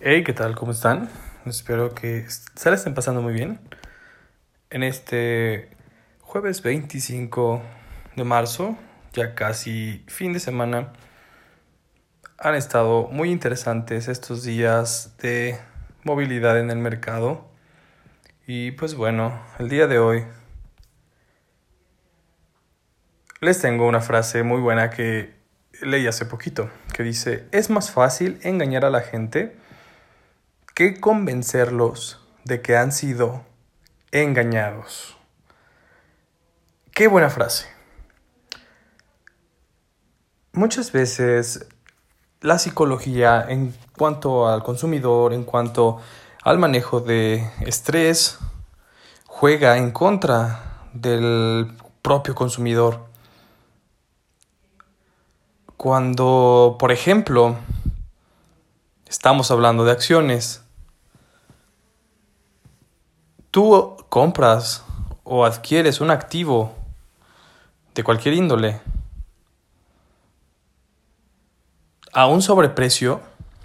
Hey, ¿qué tal? ¿Cómo están? Espero que se la estén pasando muy bien. En este jueves 25 de marzo, ya casi fin de semana, han estado muy interesantes estos días de movilidad en el mercado. Y pues bueno, el día de hoy les tengo una frase muy buena que leí hace poquito, que dice: es más fácil engañar a la gente que convencerlos de que han sido engañados. Qué buena frase. Muchas veces la psicología en cuanto al consumidor, en cuanto al manejo de estrés, juega en contra del propio consumidor. Cuando, por ejemplo, estamos hablando de acciones, tú compras o adquieres un activo de cualquier índole a un sobreprecio.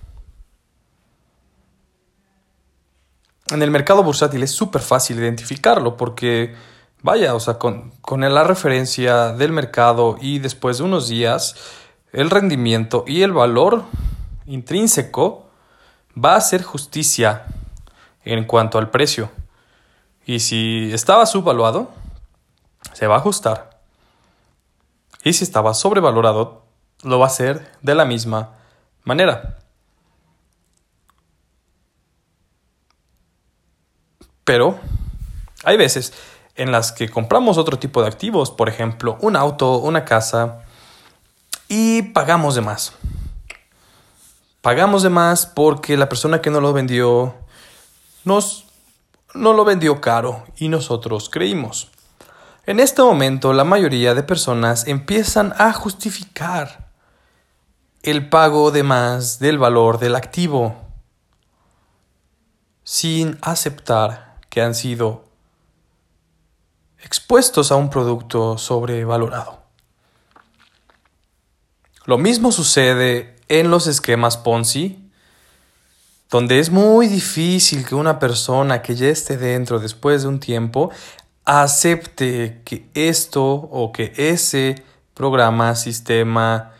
En el mercado bursátil es súper fácil identificarlo porque, vaya, o sea, con la referencia del mercado y después de unos días, el rendimiento y el valor intrínseco va a hacer justicia en cuanto al precio. Y si estaba subvaluado, se va a ajustar. Y si estaba sobrevalorado, lo va a hacer de la misma manera. Pero hay veces en las que compramos otro tipo de activos, por ejemplo, un auto, una casa, y pagamos de más. Pagamos de más porque la persona que nos lo vendió no lo vendió caro y nosotros creímos. En este momento, la mayoría de personas empiezan a justificar el pago de más del valor del activo sin aceptar que han sido expuestos a un producto sobrevalorado. Lo mismo sucede en los esquemas Ponzi, donde es muy difícil que una persona que ya esté dentro después de un tiempo acepte que esto o que ese programa, sistema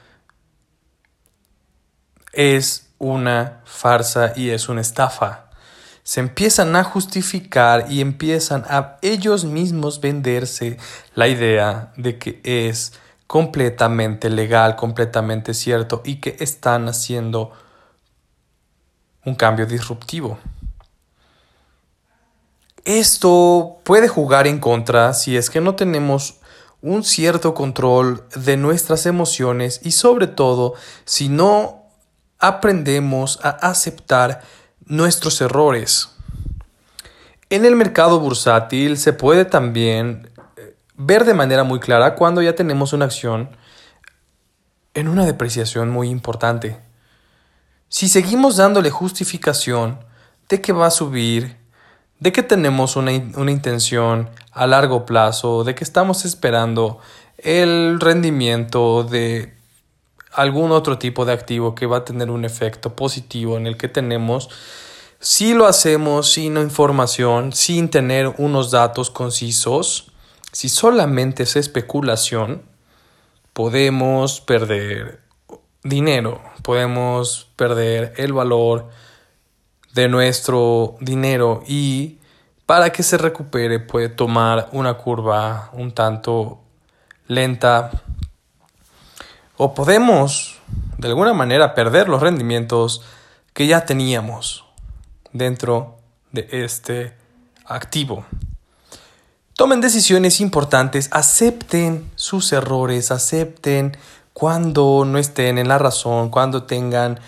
es una farsa y es una estafa. Se empiezan a justificar y empiezan a ellos mismos venderse la idea de que es completamente legal, completamente cierto y que están haciendo un cambio disruptivo. Esto puede jugar en contra si es que no tenemos un cierto control de nuestras emociones y sobre todo si no aprendemos a aceptar nuestros errores. En el mercado bursátil se puede también ver de manera muy clara cuando ya tenemos una acción en una depreciación muy importante. Si seguimos dándole justificación de que va a subir, de que tenemos una intención a largo plazo, de que estamos esperando el rendimiento de algún otro tipo de activo que va a tener un efecto positivo en el que tenemos, si lo hacemos sin información, sin tener unos datos concisos, si solamente es especulación, podemos perder dinero, podemos perder el valor de nuestro dinero y para que se recupere puede tomar una curva un tanto lenta o podemos de alguna manera perder los rendimientos que ya teníamos dentro de este activo. Tomen decisiones importantes, acepten sus errores, acepten cuando no estén en la razón, cuando tengan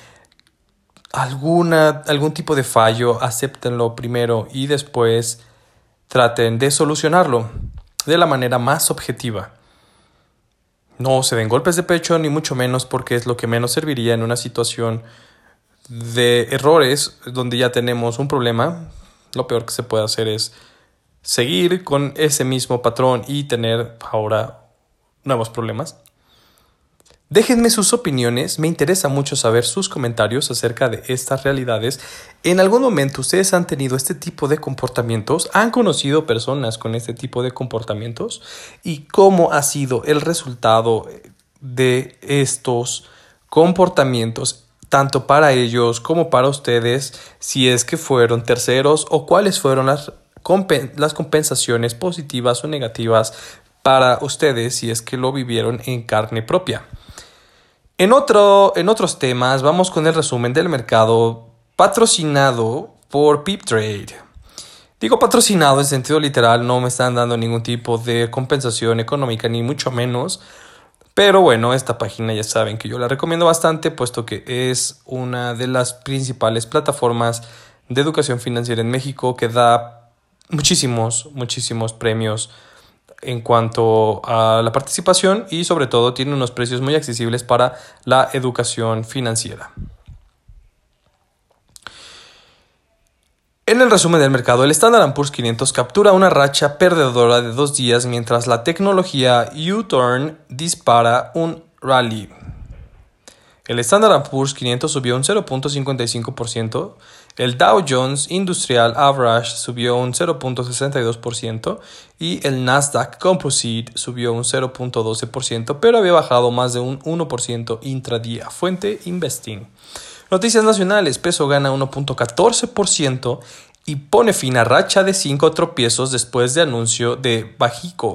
algún tipo de fallo, acéptenlo primero y después traten de solucionarlo de la manera más objetiva. No se den golpes de pecho, ni mucho menos, porque es lo que menos serviría en una situación de errores donde ya tenemos un problema. Lo peor que se puede hacer es seguir con ese mismo patrón y tener ahora nuevos problemas. Déjenme sus opiniones, me interesa mucho saber sus comentarios acerca de estas realidades. ¿En algún momento ustedes han tenido este tipo de comportamientos? ¿Han conocido personas con este tipo de comportamientos? ¿Y cómo ha sido el resultado de estos comportamientos, tanto para ellos como para ustedes, si es que fueron terceros o cuáles fueron las compensaciones positivas o negativas para ustedes si es que lo vivieron en carne propia? En otros temas, vamos con el resumen del mercado patrocinado por PipTrade. Digo patrocinado en sentido literal, no me están dando ningún tipo de compensación económica, ni mucho menos. Pero bueno, esta página ya saben que yo la recomiendo bastante, puesto que es una de las principales plataformas de educación financiera en México que da muchísimos premios en cuanto a la participación y sobre todo tiene unos precios muy accesibles para la educación financiera. En el resumen del mercado, el Standard & Poor's 500 captura una racha perdedora de 2 días mientras la tecnología U-Turn dispara un rally. El Standard & Poor's 500 subió un 0.55%, el Dow Jones Industrial Average subió un 0.62% y el Nasdaq Composite subió un 0.12%, pero había bajado más de un 1% intradía. Fuente Investing. Noticias nacionales, peso gana 1.14% y pone fin a racha de 5 tropiezos después de anuncio de Banxico.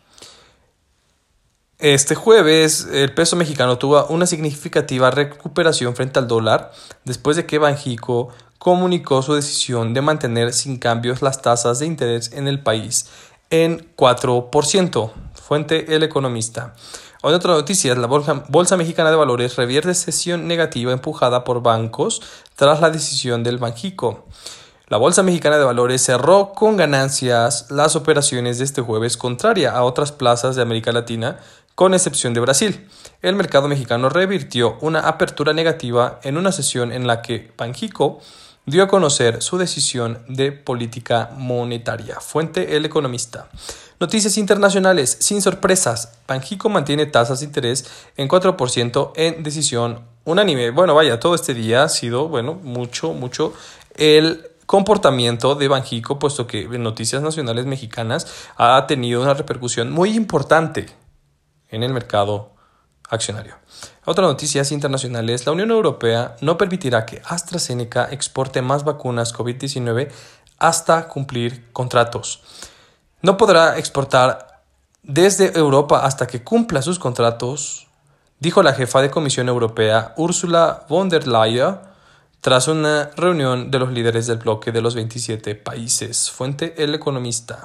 Este jueves, el peso mexicano tuvo una significativa recuperación frente al dólar después de que Banxico comunicó su decisión de mantener sin cambios las tasas de interés en el país en 4%. Fuente El Economista. En otras noticias, la Bolsa Mexicana de Valores revierte sesión negativa empujada por bancos tras la decisión del Banxico. La Bolsa Mexicana de Valores cerró con ganancias las operaciones de este jueves, contraria a otras plazas de América Latina, con excepción de Brasil. El mercado mexicano revirtió una apertura negativa en una sesión en la que Banxico dio a conocer su decisión de política monetaria. Fuente El Economista. Noticias internacionales, sin sorpresas. Banxico mantiene tasas de interés en 4% en decisión unánime. Todo este día ha sido, mucho el comportamiento de Banxico, puesto que en Noticias Nacionales Mexicanas ha tenido una repercusión muy importante en el mercado accionario. Otras noticias internacionales, la Unión Europea no permitirá que AstraZeneca exporte más vacunas COVID-19 hasta cumplir contratos. No podrá exportar desde Europa hasta que cumpla sus contratos, dijo la jefa de Comisión Europea, Ursula von der Leyen, tras una reunión de los líderes del bloque de los 27 países. Fuente El Economista.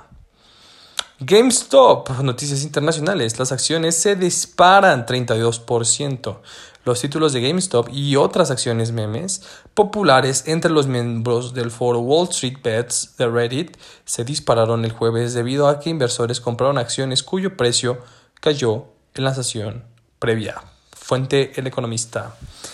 GameStop, noticias internacionales, las acciones se disparan 32%. Los títulos de GameStop y otras acciones memes populares entre los miembros del foro Wall Street Bets de Reddit se dispararon el jueves debido a que inversores compraron acciones cuyo precio cayó en la sesión previa. Fuente El Economista.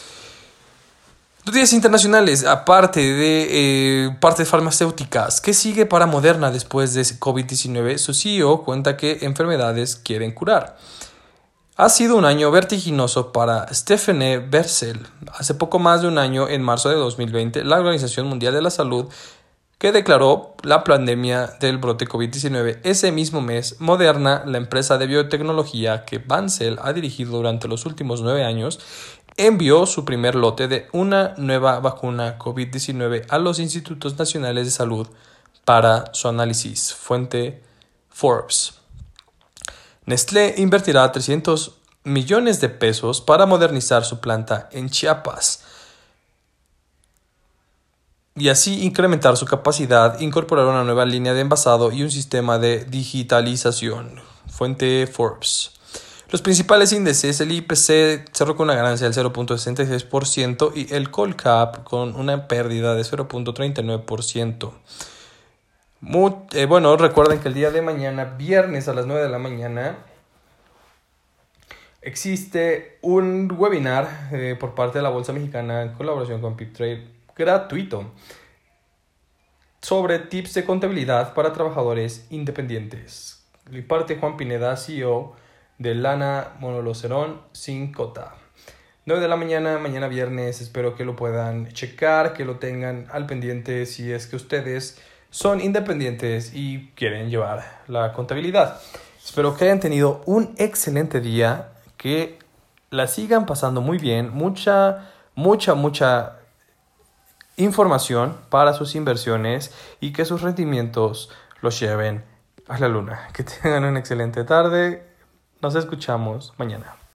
Noticias internacionales, aparte de partes farmacéuticas, ¿qué sigue para Moderna después de COVID-19? Su CEO cuenta que enfermedades quieren curar. Ha sido un año vertiginoso para Stephanie Bancel. Hace poco más de un año, en marzo de 2020, la Organización Mundial de la Salud que declaró la pandemia del brote COVID-19. Ese mismo mes, Moderna, la empresa de biotecnología que Bancel ha dirigido durante los últimos 9 años, envió su primer lote de una nueva vacuna COVID-19 a los Institutos Nacionales de Salud para su análisis. Fuente Forbes. Nestlé invertirá 300 millones de pesos para modernizar su planta en Chiapas y así incrementar su capacidad, incorporar una nueva línea de envasado y un sistema de digitalización. Fuente Forbes. Los principales índices, el IPC cerró con una ganancia del 0.66% y el Colcap con una pérdida de 0.39%. Recuerden que el día de mañana, viernes a las 9 de la mañana, existe un webinar por parte de la Bolsa Mexicana en colaboración con PipTrade gratuito sobre tips de contabilidad para trabajadores independientes. Le parte Juan Pineda, CEO de lana monolocerón sin cota. 9 de la mañana, mañana viernes. Espero que lo puedan checar, que lo tengan al pendiente si es que ustedes son independientes y quieren llevar la contabilidad. Espero que hayan tenido un excelente día, que la sigan pasando muy bien. Mucha información para sus inversiones y que sus rendimientos los lleven a la luna. Que tengan una excelente tarde. Nos escuchamos mañana.